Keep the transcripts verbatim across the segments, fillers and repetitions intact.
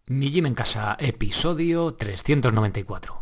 Mi Gym en Casa, episodio trescientos noventa y cuatro.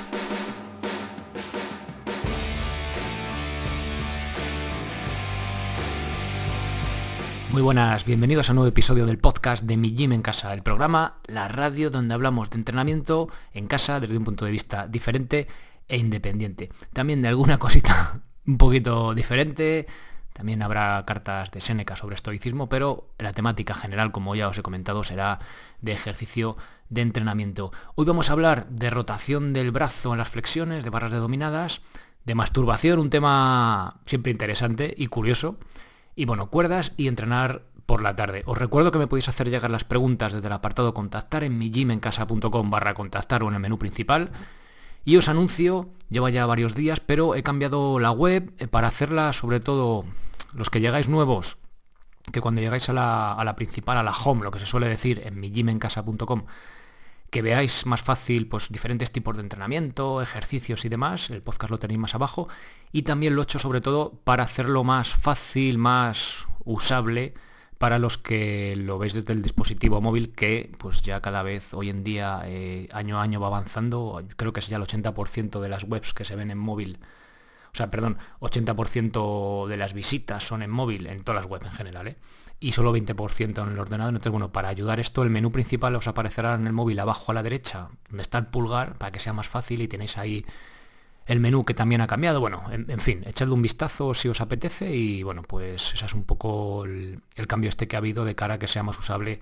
Muy buenas, bienvenidos a un nuevo episodio del podcast de Mi Gym en Casa, el programa, la radio donde hablamos de entrenamiento en casa desde un punto de vista diferente e independiente. También de alguna cosita un poquito diferente. También habrá cartas de Séneca sobre estoicismo, pero la temática general, como ya os he comentado, será de ejercicio de entrenamiento. Hoy vamos a hablar de rotación del brazo en las flexiones, de barras de dominadas, de masturbación, un tema siempre interesante y curioso, y bueno, cuerdas y entrenar por la tarde. Os recuerdo que me podéis hacer llegar las preguntas desde el apartado contactar en mi gym en casa punto com barra contactar o en el menú principal. Y os anuncio, lleva ya varios días, pero he cambiado la web para hacerla, sobre todo los que llegáis nuevos, que cuando llegáis a la, a la principal, a la home, lo que se suele decir en mi gym en casa punto com, que veáis más fácil pues diferentes tipos de entrenamiento, ejercicios y demás. El podcast lo tenéis más abajo. Y también lo he hecho sobre todo para hacerlo más fácil, más usable para los que lo veis desde el dispositivo móvil, que pues ya cada vez hoy en día, eh, año a año va avanzando. Creo que es ya el ochenta por ciento de las webs que se ven en móvil, o sea, perdón, ochenta por ciento de las visitas son en móvil, en todas las webs en general, ¿eh? Y solo veinte por ciento en el ordenador. Entonces, bueno, para ayudar esto, el menú principal os aparecerá en el móvil abajo a la derecha, donde está el pulgar, para que sea más fácil, y tenéis ahí el menú que también ha cambiado. Bueno, en, en fin, echadle un vistazo si os apetece y bueno, pues ese es un poco el, el cambio este que ha habido de cara a que sea más usable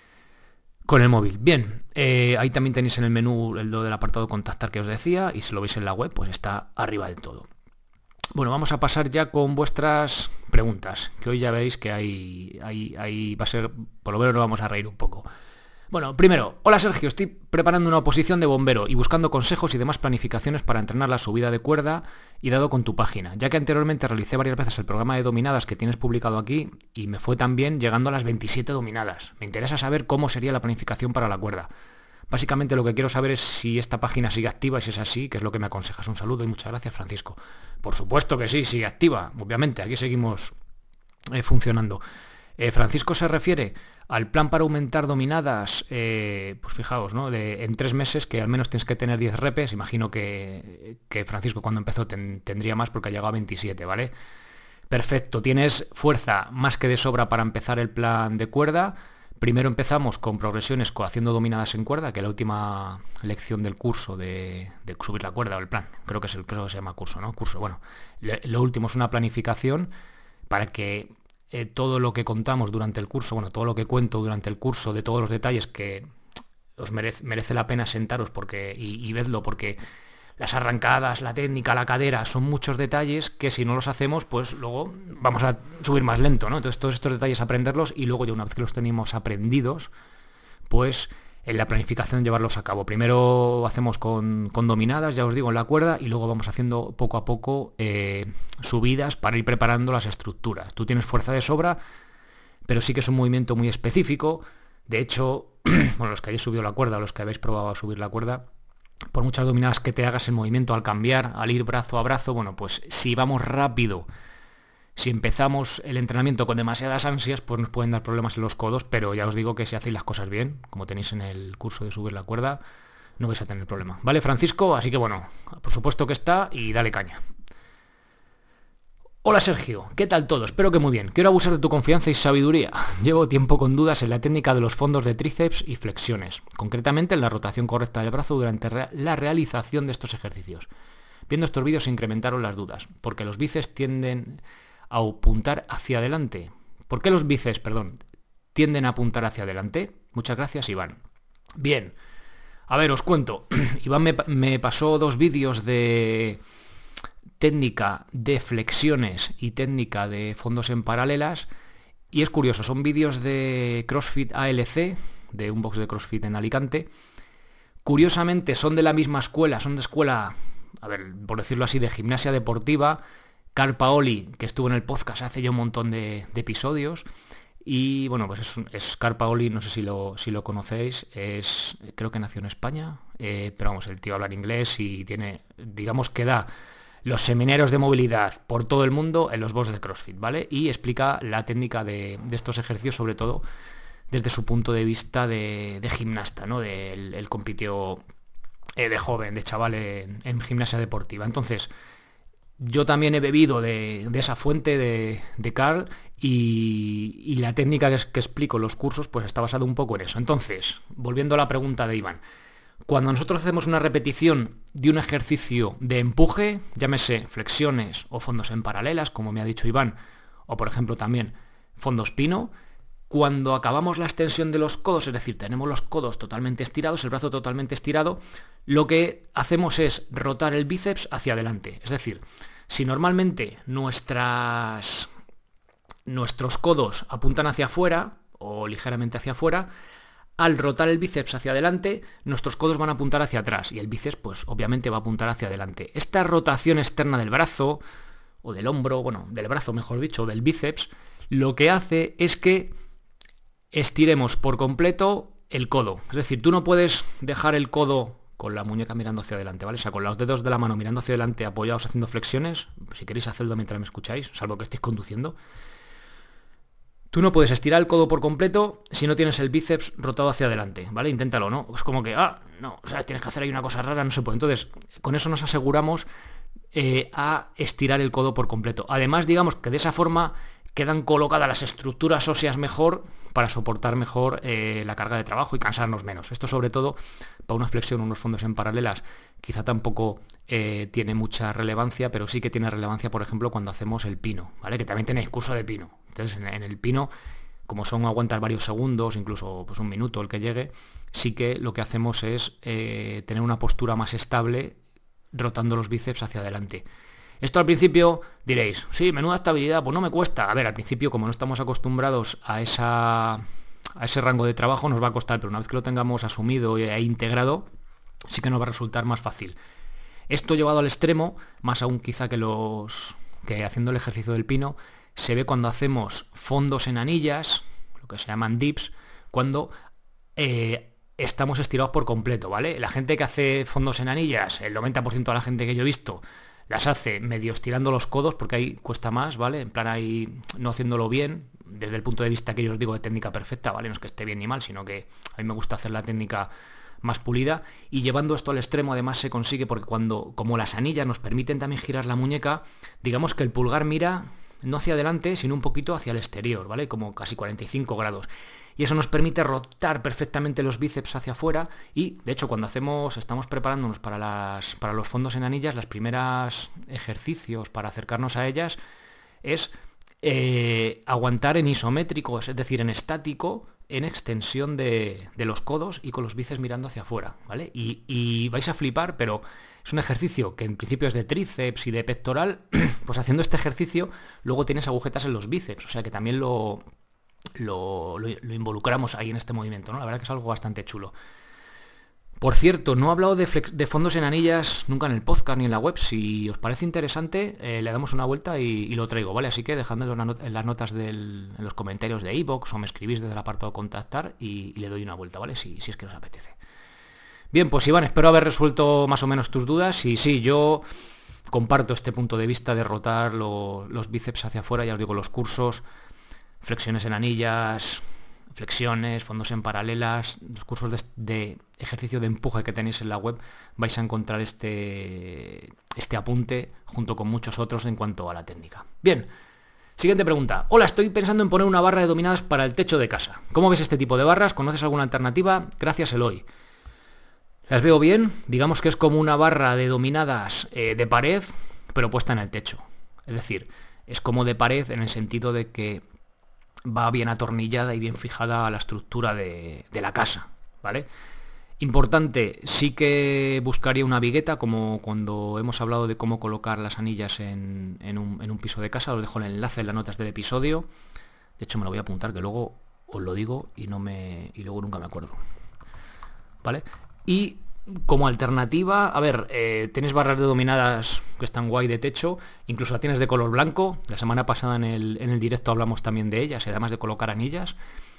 con el móvil. Bien, eh, ahí también tenéis en el menú el lo del apartado contactar que os decía, y si lo veis en la web, pues está arriba del todo. Bueno, vamos a pasar ya con vuestras preguntas, que hoy ya veis que hay, hay, hay va a ser, por lo menos nos vamos a reír un poco. Bueno, primero, hola Sergio, estoy preparando una oposición de bombero y buscando consejos y demás planificaciones para entrenar la subida de cuerda y dado con tu página, ya que anteriormente realicé varias veces el programa de dominadas que tienes publicado aquí y me fue también llegando a las veintisiete dominadas. Me interesa saber cómo sería la planificación para la cuerda. Básicamente lo que quiero saber es si esta página sigue activa y si es así, qué es lo que me aconsejas. Un saludo y muchas gracias, Francisco. Por supuesto que sí, sigue activa, obviamente, aquí seguimos eh, funcionando. Eh, Francisco se refiere al plan para aumentar dominadas, eh, pues fijaos, ¿no? De, en tres meses que al menos tienes que tener diez repes. Imagino que, que Francisco cuando empezó ten, tendría más porque ha llegado a veintisiete, ¿vale? Perfecto, tienes fuerza más que de sobra para empezar el plan de cuerda. Primero empezamos con progresiones haciendo dominadas en cuerda, que es la última lección del curso de, de subir la cuerda o el plan. Creo que es el creo que se llama curso, ¿no? Curso, bueno. Le, lo último es una planificación para que eh, todo lo que contamos durante el curso, bueno, todo lo que cuento durante el curso, de todos los detalles que os merece, merece la pena sentaros porque y, y vedlo, porque las arrancadas, la técnica, la cadera, son muchos detalles que si no los hacemos, pues luego vamos a subir más lento, ¿no? Entonces todos estos detalles aprenderlos y luego ya una vez que los tenemos aprendidos, pues en la planificación llevarlos a cabo. Primero hacemos con, con dominadas, ya os digo, en la cuerda, y luego vamos haciendo poco a poco eh, subidas para ir preparando las estructuras. Tú tienes fuerza de sobra, pero sí que es un movimiento muy específico. De hecho, bueno, los que hayáis subido la cuerda o los que habéis probado a subir la cuerda, por muchas dominadas que te hagas el movimiento al cambiar, al ir brazo a brazo, bueno, pues si vamos rápido, si empezamos el entrenamiento con demasiadas ansias, pues nos pueden dar problemas en los codos, pero ya os digo que si hacéis las cosas bien, como tenéis en el curso de subir la cuerda, no vais a tener problema. ¿Vale, Francisco? Así que bueno, por supuesto que está y dale caña. Hola Sergio, ¿qué tal todo? Espero que muy bien. Quiero abusar de tu confianza y sabiduría. Llevo tiempo con dudas en la técnica de los fondos de tríceps y flexiones, concretamente en la rotación correcta del brazo durante la realización de estos ejercicios. Viendo estos vídeos se incrementaron las dudas, porque los bíceps tienden a apuntar hacia adelante. ¿Por qué los bíceps, perdón, tienden a apuntar hacia adelante? Muchas gracias, Iván. Bien, a ver, os cuento. Iván me, me pasó dos vídeos de técnica de flexiones y técnica de fondos en paralelas, y es curioso, son vídeos de CrossFit A L C, de un box de CrossFit en Alicante. Curiosamente son de la misma escuela, son de escuela, a ver, por decirlo así, de gimnasia deportiva. Carl Paoli, que estuvo en el podcast hace ya un montón de, de episodios, y bueno, pues es, es Carl Paoli, no sé si lo, si lo conocéis, es, creo que nació en España, eh, pero vamos, el tío habla en inglés y tiene, digamos que da los seminarios de movilidad por todo el mundo en los box de CrossFit, ¿vale? Y explica la técnica de, de estos ejercicios, sobre todo desde su punto de vista de, de gimnasta, ¿no? De, él, él compitió eh, de joven, de chaval en, en gimnasia deportiva. Entonces, yo también he bebido de, de esa fuente de, de Carl y, y la técnica que, que explico en los cursos pues está basada un poco en eso. Entonces, volviendo a la pregunta de Iván, cuando nosotros hacemos una repetición de un ejercicio de empuje, llámese flexiones o fondos en paralelas, como me ha dicho Iván, o por ejemplo también fondos pino, cuando acabamos la extensión de los codos, es decir, tenemos los codos totalmente estirados, el brazo totalmente estirado, lo que hacemos es rotar el bíceps hacia adelante. Es decir, si normalmente nuestras, nuestros codos apuntan hacia afuera o ligeramente hacia afuera, al rotar el bíceps hacia adelante, nuestros codos van a apuntar hacia atrás y el bíceps, pues obviamente va a apuntar hacia adelante. Esta rotación externa del brazo, o del hombro, bueno, del brazo mejor dicho, o del bíceps, lo que hace es que estiremos por completo el codo. Es decir, tú no puedes dejar el codo con la muñeca mirando hacia adelante, ¿vale? O sea, con los dedos de la mano mirando hacia adelante, apoyados haciendo flexiones, si queréis hacerlo mientras me escucháis, salvo que estéis conduciendo. Tú no puedes estirar el codo por completo si no tienes el bíceps rotado hacia adelante, ¿vale? Inténtalo, ¿no? Es como que, ah, no, o sea, tienes que hacer ahí una cosa rara, no se puede. Entonces, con eso nos aseguramos eh, a estirar el codo por completo. Además, digamos que de esa forma quedan colocadas las estructuras óseas mejor para soportar mejor eh, la carga de trabajo y cansarnos menos. Esto sobre todo para una flexión o unos fondos en paralelas quizá tampoco eh, tiene mucha relevancia, pero sí que tiene relevancia, por ejemplo, cuando hacemos el pino, ¿vale? Que también tenéis curso de pino. Entonces, en, en el pino, como son aguantar varios segundos, incluso pues un minuto el que llegue, sí que lo que hacemos es eh, tener una postura más estable rotando los bíceps hacia adelante. Esto al principio diréis, sí, menuda estabilidad, pues no me cuesta. A ver, al principio, como no estamos acostumbrados a, esa, a ese rango de trabajo, nos va a costar, pero una vez que lo tengamos asumido e integrado, sí que nos va a resultar más fácil. Esto llevado al extremo, más aún quizá que, los, que haciendo el ejercicio del pino, se ve cuando hacemos fondos en anillas, lo que se llaman dips, cuando eh, estamos estirados por completo, ¿vale? La gente que hace fondos en anillas, el noventa por ciento de la gente que yo he visto, las hace medio estirando los codos, porque ahí cuesta más, ¿vale? En plan ahí no haciéndolo bien, desde el punto de vista que yo os digo de técnica perfecta, ¿vale? No es que esté bien ni mal, sino que a mí me gusta hacer la técnica más pulida, y llevando esto al extremo además se consigue porque cuando, como las anillas nos permiten también girar la muñeca, digamos que el pulgar mira no hacia adelante, sino un poquito hacia el exterior, ¿vale? Como casi cuarenta y cinco grados. Y eso nos permite rotar perfectamente los bíceps hacia afuera y, de hecho, cuando hacemos, estamos preparándonos para, las, para los fondos en anillas, las primeras ejercicios para acercarnos a ellas es eh, aguantar en isométrico, es decir, en estático, en extensión de, de los codos y con los bíceps mirando hacia afuera, ¿vale? Y, y vais a flipar, pero es un ejercicio que en principio es de tríceps y de pectoral, pues haciendo este ejercicio luego tienes agujetas en los bíceps, o sea que también lo... Lo, lo, lo involucramos ahí en este movimiento, ¿no? La verdad que es algo bastante chulo. Por cierto, no he hablado de, flex, de fondos en anillas nunca en el podcast ni en la web. Si os parece interesante, eh, le damos una vuelta y, y lo traigo, ¿vale? Así que dejadmelo en las notas del, en los comentarios de iVoox o me escribís desde el apartado contactar y, y le doy una vuelta, ¿vale? Si, si es que os apetece. Bien, pues Iván, espero haber resuelto más o menos tus dudas y sí, yo comparto este punto de vista de rotar lo, los bíceps hacia afuera, ya os digo, los cursos, flexiones en anillas, flexiones, fondos en paralelas, los cursos de, de ejercicio de empuje que tenéis en la web, vais a encontrar este, este apunte junto con muchos otros en cuanto a la técnica. Bien, siguiente pregunta. Hola, estoy pensando en poner una barra de dominadas para el techo de casa. ¿Cómo ves este tipo de barras? ¿Conoces alguna alternativa? Gracias, Eloy. Las veo bien, digamos que es como una barra de dominadas eh, de pared, pero puesta en el techo. Es decir, es como de pared en el sentido de que va bien atornillada y bien fijada a la estructura de, de la casa, ¿vale? Importante, sí que buscaría una vigueta, como cuando hemos hablado de cómo colocar las anillas en, en, un, en un piso de casa, os dejo el enlace en las notas del episodio. De hecho me lo voy a apuntar, que luego os lo digo y no me y luego nunca me acuerdo, ¿vale? Y como alternativa, a ver, eh, tienes barras de dominadas que están guay de techo, incluso la tienes de color blanco, la semana pasada en el, en el directo hablamos también de ellas, además de colocar anillas,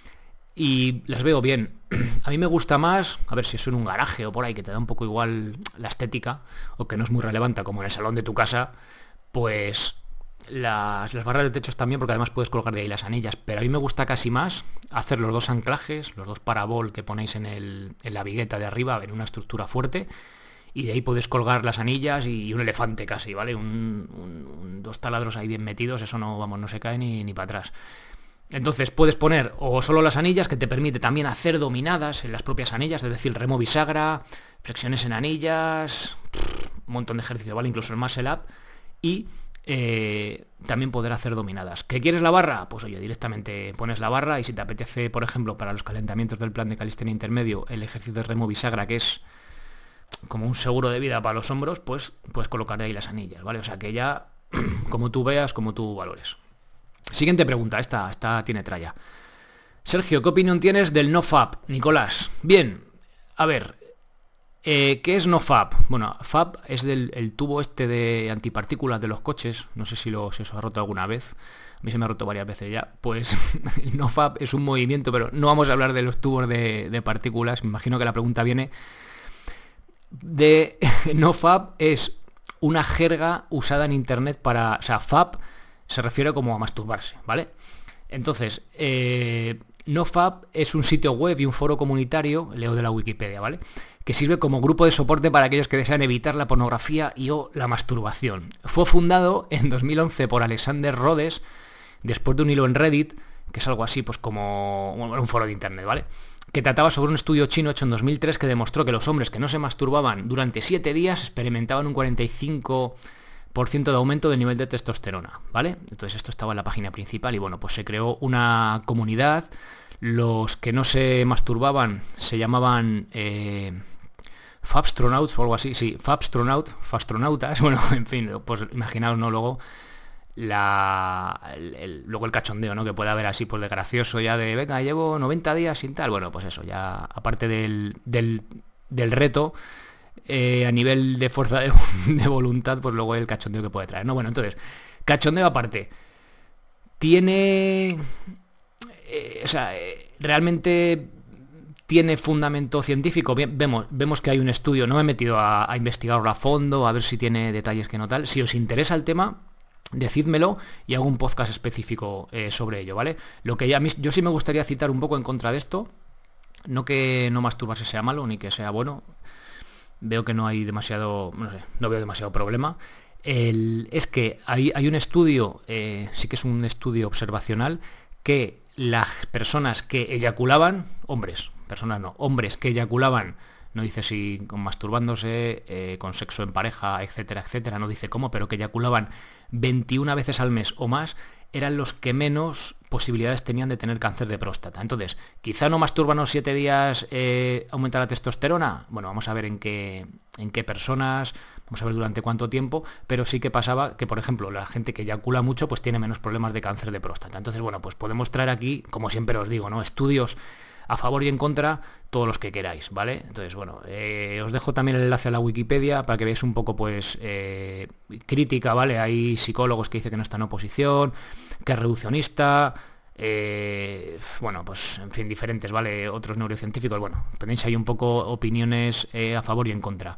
y las veo bien. A mí me gusta más, a ver si es en un garaje o por ahí, que te da un poco igual la estética, o que no es muy relevante como en el salón de tu casa, pues las, las barras de techos también, porque además puedes colgar de ahí las anillas, pero a mí me gusta casi más hacer los dos anclajes, los dos parabol que ponéis en, el, en la vigueta de arriba, en una estructura fuerte, y de ahí puedes colgar las anillas y un elefante casi, ¿vale? Un, un- un- dos taladros ahí bien metidos, eso no, vamos, no se cae ni, ni para atrás. Entonces puedes poner o solo las anillas, que te permite también hacer dominadas en las propias anillas, es decir, remo bisagra, flexiones en anillas, un montón de ejercicios, ¿vale? Incluso el muscle up, y eh, también poder hacer dominadas. ¿Qué quieres la barra? Pues oye, directamente pones la barra y si te apetece, por ejemplo, para los calentamientos del plan de calistenia intermedio, el ejercicio de remo bisagra, que es como un seguro de vida para los hombros, pues puedes colocar ahí las anillas, ¿vale? O sea que ya, como tú veas, como tú valores. Siguiente pregunta, esta, esta tiene tralla. Sergio, ¿qué opinión tienes del NoFap? Nicolás. Bien, a ver, eh, ¿qué es NoFap? Bueno, Fab es del el tubo este de antipartículas de los coches, no sé si lo, si os ha roto alguna vez, a mí se me ha roto varias veces ya, pues el NoFap es un movimiento, pero no vamos a hablar de los tubos de, de partículas, me imagino que la pregunta viene de NoFap, es una jerga usada en internet para, o sea, Fab se refiere como a masturbarse, ¿vale? Entonces, eh, NoFap es un sitio web y un foro comunitario, leo de la Wikipedia, ¿vale? Que sirve como grupo de soporte para aquellos que desean evitar la pornografía y o la masturbación. Fue fundado en dos mil once por Alexander Rhodes, después de un hilo en Reddit, que es algo así, pues como bueno, un foro de internet, ¿vale? Que trataba sobre un estudio chino hecho en dos mil tres que demostró que los hombres que no se masturbaban durante siete días experimentaban un cuarenta y cinco por ciento de aumento del nivel de testosterona, ¿vale? Entonces esto estaba en la página principal y bueno, pues se creó una comunidad. Los que no se masturbaban se llamaban eh, Fabstronauts o algo así, sí, Fabstronaut, Fastronautas, bueno, en fin, pues imaginaos, ¿no? Luego la el, el- luego el cachondeo, ¿no? Que puede haber así, pues de gracioso ya de, venga, llevo noventa días sin tal, bueno, pues eso, ya aparte del, del, del reto, eh, a nivel de fuerza de, de voluntad, pues luego el cachondeo que puede traer, ¿no? Bueno, entonces, cachondeo aparte, tiene, eh, o sea, eh, realmente tiene fundamento científico. Bien, vemos, vemos que hay un estudio, no me he metido a, a investigarlo a fondo, a ver si tiene detalles que no tal. Si os interesa el tema, decídmelo y hago un podcast específico eh, sobre ello, ¿vale? Lo que ya a mí, yo sí me gustaría citar un poco en contra de esto, no que no masturbarse sea malo ni que sea bueno, veo que no hay demasiado, no sé, no veo demasiado problema. El- es que hay, hay un estudio, eh, sí que es un estudio observacional, que las personas que eyaculaban, hombres, personas no, hombres que eyaculaban, no dice si con masturbándose, eh, con sexo en pareja, etcétera, etcétera, no dice cómo, pero que eyaculaban veintiuna veces al mes o más, eran los que menos posibilidades tenían de tener cáncer de próstata. Entonces, quizá no masturbanos siete días eh, aumenta la testosterona. Bueno, vamos a ver en qué, en qué personas, vamos a ver durante cuánto tiempo, pero sí que pasaba que, por ejemplo, la gente que eyacula mucho, pues tiene menos problemas de cáncer de próstata. Entonces, bueno, pues podemos traer aquí, como siempre os digo, ¿no? Estudios a favor y en contra, todos los que queráis, ¿vale? Entonces, bueno, eh, os dejo también el enlace a la Wikipedia para que veáis un poco, pues, eh, crítica, ¿vale? Hay psicólogos que dicen que no está en oposición, que es reduccionista, eh, bueno, pues, en fin, diferentes, ¿vale? Otros neurocientíficos, bueno, tenéis ahí un poco opiniones eh, a favor y en contra.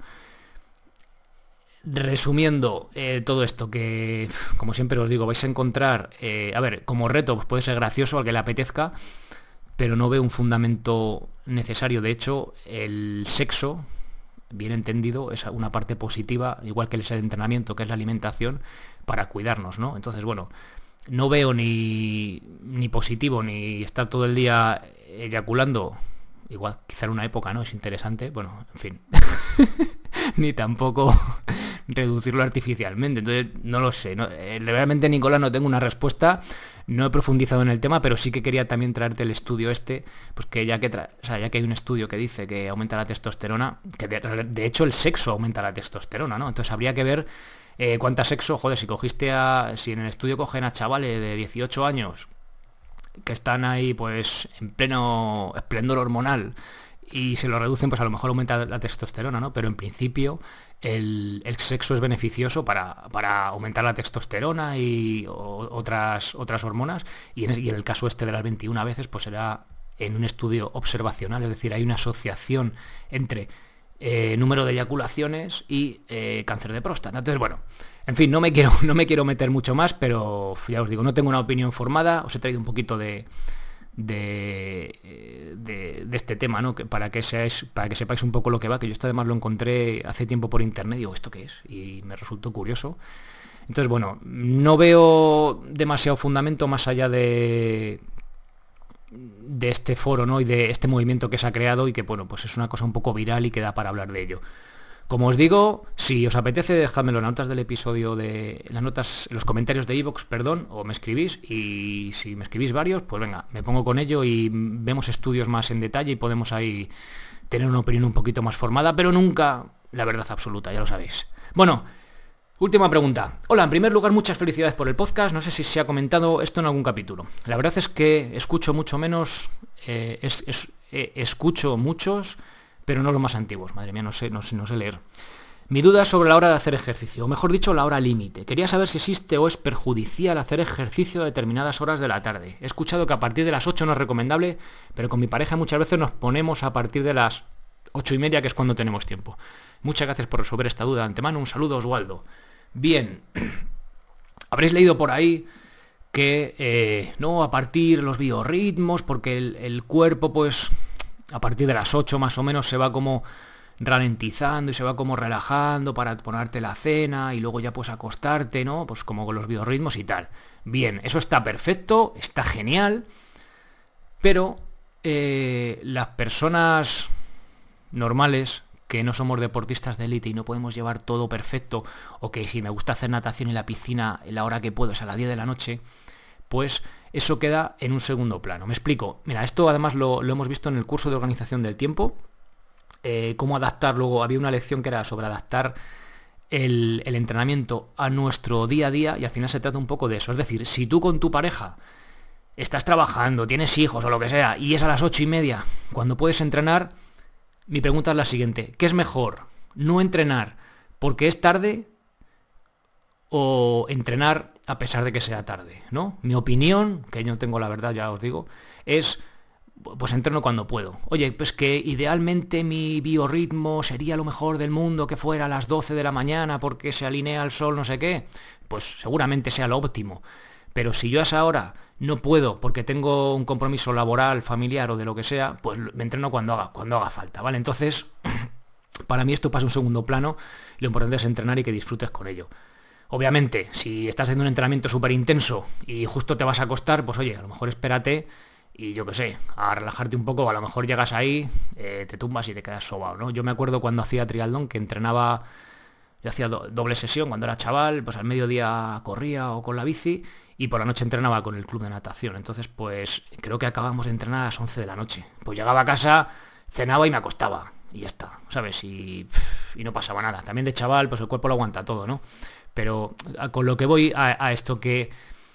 Resumiendo eh, todo esto, que como siempre os digo, vais a encontrar, eh, a ver, como reto pues puede ser gracioso al que le apetezca, pero no veo un fundamento necesario. De hecho, el sexo, bien entendido, es una parte positiva, igual que el entrenamiento, que es la alimentación, para cuidarnos, ¿no? Entonces, bueno, no veo ni, ni positivo, ni estar todo el día eyaculando, igual quizá en una época, ¿no? Es interesante, bueno, en fin, ni tampoco reducirlo artificialmente. Entonces, no lo sé. No, eh, realmente, Nicolás, no tengo una respuesta. No he profundizado en el tema, pero sí que quería también traerte el estudio este, pues que ya que, tra- o sea, ya que hay un estudio que dice que aumenta la testosterona, que de, de hecho el sexo aumenta la testosterona, ¿no? Entonces habría que ver eh, cuánta sexo, joder, si cogiste a, si en el estudio cogen a chavales de dieciocho años que están ahí pues en pleno esplendor hormonal y se lo reducen, pues a lo mejor aumenta la testosterona, ¿no? Pero en principio el, el sexo es beneficioso para, para aumentar la testosterona y o- otras, otras hormonas, y en, es- y en el caso este de las veintiuna veces, pues será en un estudio observacional, es decir, hay una asociación entre eh, número de eyaculaciones y eh, cáncer de próstata. Entonces, bueno, en fin, no me quiero, no me quiero meter mucho más, pero ya os digo, no tengo una opinión formada, os he traído un poquito de... De, de, de este tema, ¿no? Que para que seáis, para que sepáis un poco lo que va, que yo esto además lo encontré hace tiempo por internet, digo, ¿esto qué es? Y me resultó curioso. Entonces, bueno, no veo demasiado fundamento más allá de de este foro, ¿no? Y de este movimiento que se ha creado y que, bueno, pues es una cosa un poco viral y que da para hablar de ello. Como os digo, si os apetece, dejádmelo en las notas del episodio, de en las notas, en los comentarios de iVoox, perdón, o me escribís, y si me escribís varios, pues venga, me pongo con ello y vemos estudios más en detalle y podemos ahí tener una opinión un poquito más formada, pero nunca la verdad absoluta, ya lo sabéis. Bueno, última pregunta. Hola, en primer lugar, muchas felicidades por el podcast, no sé si se ha comentado esto en algún capítulo. La verdad es que escucho mucho menos, eh, es, es, eh, escucho muchos... pero no los más antiguos, madre mía, no sé, no sé, no sé leer. Mi duda es sobre la hora de hacer ejercicio, o mejor dicho, la hora límite. Quería saber si existe o es perjudicial hacer ejercicio a determinadas horas de la tarde. He escuchado que a partir de las ocho no es recomendable, pero con mi pareja muchas veces nos ponemos a partir de las ocho y media, que es cuando tenemos tiempo. Muchas gracias por resolver esta duda de antemano. Un saludo, Oswaldo. Bien, habréis leído por ahí que eh, no, a partir los biorritmos, porque el, el cuerpo, pues... a partir de las ocho más o menos se va como ralentizando y se va como relajando para ponerte la cena y luego ya pues acostarte, ¿no? Pues como con los biorritmos y tal. Bien, eso está perfecto, está genial, pero eh, las personas normales que no somos deportistas de élite y no podemos llevar todo perfecto, o que si me gusta hacer natación en la piscina en la hora que puedo, es a las diez de la noche, pues eso queda en un segundo plano. Me explico. Mira, esto además lo, lo hemos visto en el curso de organización del tiempo. Eh, cómo adaptar, luego había una lección que era sobre adaptar el, el entrenamiento a nuestro día a día, y al final se trata un poco de eso. Es decir, si tú con tu pareja estás trabajando, tienes hijos o lo que sea, y es a las ocho y media cuando puedes entrenar, mi pregunta es la siguiente. ¿Qué es mejor? ¿No entrenar porque es tarde o entrenar a pesar de que sea tarde, ¿no? Mi opinión, que yo no tengo la verdad, ya os digo, es, pues entreno cuando puedo. Oye, pues que idealmente mi biorritmo sería lo mejor del mundo que fuera a las doce de la mañana porque se alinea al sol, no sé qué, pues seguramente sea lo óptimo. Pero si yo a esa hora no puedo porque tengo un compromiso laboral, familiar o de lo que sea, pues me entreno cuando haga, cuando haga falta, ¿vale? Entonces, para mí esto pasa a un segundo plano, lo importante es entrenar y que disfrutes con ello. Obviamente, si estás haciendo un entrenamiento súper intenso y justo te vas a acostar, pues oye, a lo mejor espérate y yo qué sé, a relajarte un poco, o a lo mejor llegas ahí, eh, te tumbas y te quedas sobao, ¿no? Yo me acuerdo cuando hacía triatlón que entrenaba, yo hacía do- doble sesión cuando era chaval, pues al mediodía corría o con la bici y por la noche entrenaba con el club de natación. Entonces, pues creo que acabamos de entrenar a las once de la noche. Pues llegaba a casa, cenaba y me acostaba y ya está, ¿sabes? Y, y no pasaba nada. También de chaval, pues el cuerpo lo aguanta todo, ¿no? Pero con lo que voy a, a esto, que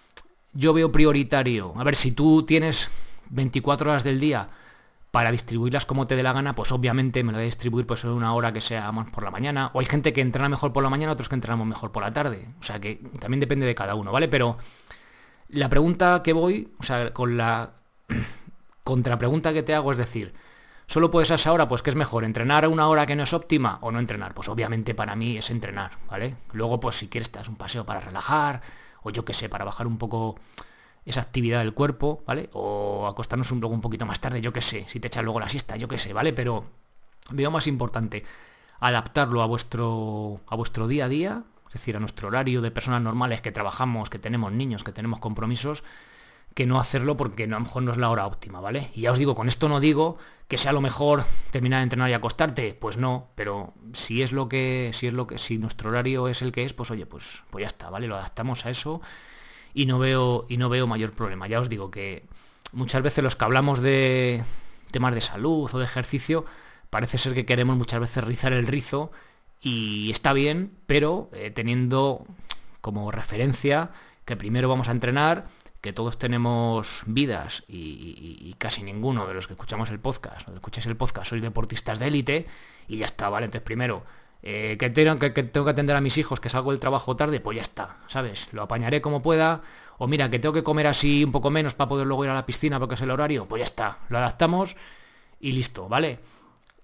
yo veo prioritario, a ver, si tú tienes veinticuatro horas del día para distribuirlas como te dé la gana, pues obviamente me lo voy a distribuir pues en una hora que sea más por la mañana, o hay gente que entrena mejor por la mañana, otros que entrenamos mejor por la tarde, o sea que también depende de cada uno, ¿vale? Pero la pregunta que voy, o sea, con la contrapregunta que te hago es decir, ¿solo puedes a esa hora? Pues ¿qué es mejor? ¿Entrenar a una hora que no es óptima o no entrenar? Pues obviamente para mí es entrenar, ¿vale? Luego pues si quieres te das un paseo para relajar, o yo qué sé, para bajar un poco esa actividad del cuerpo, ¿vale? O acostarnos un, luego un poquito más tarde, yo qué sé, si te echas luego la siesta, yo qué sé, ¿vale? Pero veo más importante adaptarlo a vuestro, a vuestro día a día, es decir, a nuestro horario de personas normales que trabajamos, que tenemos niños, que tenemos compromisos, que no hacerlo porque no, a lo mejor no es la hora óptima, ¿vale? Y ya os digo, con esto no digo que sea lo mejor terminar de entrenar y acostarte, pues no, pero si es lo que, si es lo que, si nuestro horario es el que es, pues oye, pues, pues ya está, ¿vale? Lo adaptamos a eso y no veo, y no veo mayor problema. Ya os digo que muchas veces los que hablamos de temas de salud o de ejercicio, parece ser que queremos muchas veces rizar el rizo, y está bien, pero eh, teniendo como referencia que primero vamos a entrenar, que todos tenemos vidas y, y, y casi ninguno de los que escuchamos el podcast, o que escucháis el podcast, sois deportistas de élite, y ya está, ¿vale? Entonces primero, eh, que, tengo, que, que tengo que atender a mis hijos, que salgo del trabajo tarde, pues ya está, ¿sabes? Lo apañaré como pueda, o mira, que tengo que comer así un poco menos para poder luego ir a la piscina porque es el horario, pues ya está, lo adaptamos y listo, ¿vale?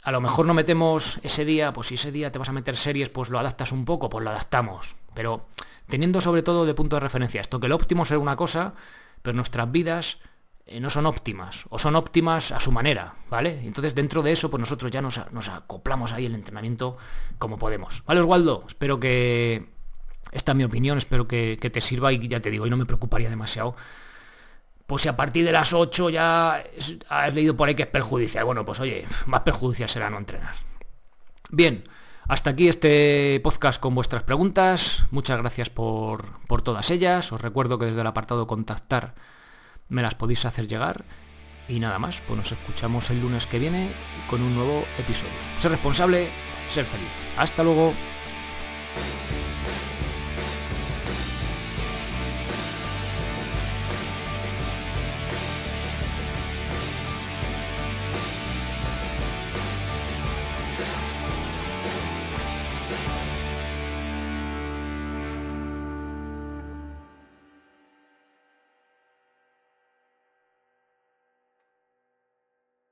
a lo mejor no metemos ese día, pues si ese día te vas a meter series, pues lo adaptas un poco, pues lo adaptamos. Pero teniendo sobre todo de punto de referencia esto, que lo óptimo es una cosa, pero nuestras vidas eh, no son óptimas, o son óptimas a su manera, ¿vale? Entonces dentro de eso, pues nosotros ya nos, nos acoplamos ahí el entrenamiento como podemos. ¿Vale, Oswaldo? Espero que... Esta es mi opinión, espero que, que te sirva y ya te digo, y no me preocuparía demasiado. Pues si a partir de las ocho ya es, has leído por ahí que es perjudicial, bueno, pues oye, más perjudicial será no entrenar. Bien, hasta aquí este podcast con vuestras preguntas. Muchas gracias por, por todas ellas. Os recuerdo que desde el apartado contactar me las podéis hacer llegar. Y nada más, pues nos escuchamos el lunes que viene con un nuevo episodio. Ser responsable, ser feliz. Hasta luego.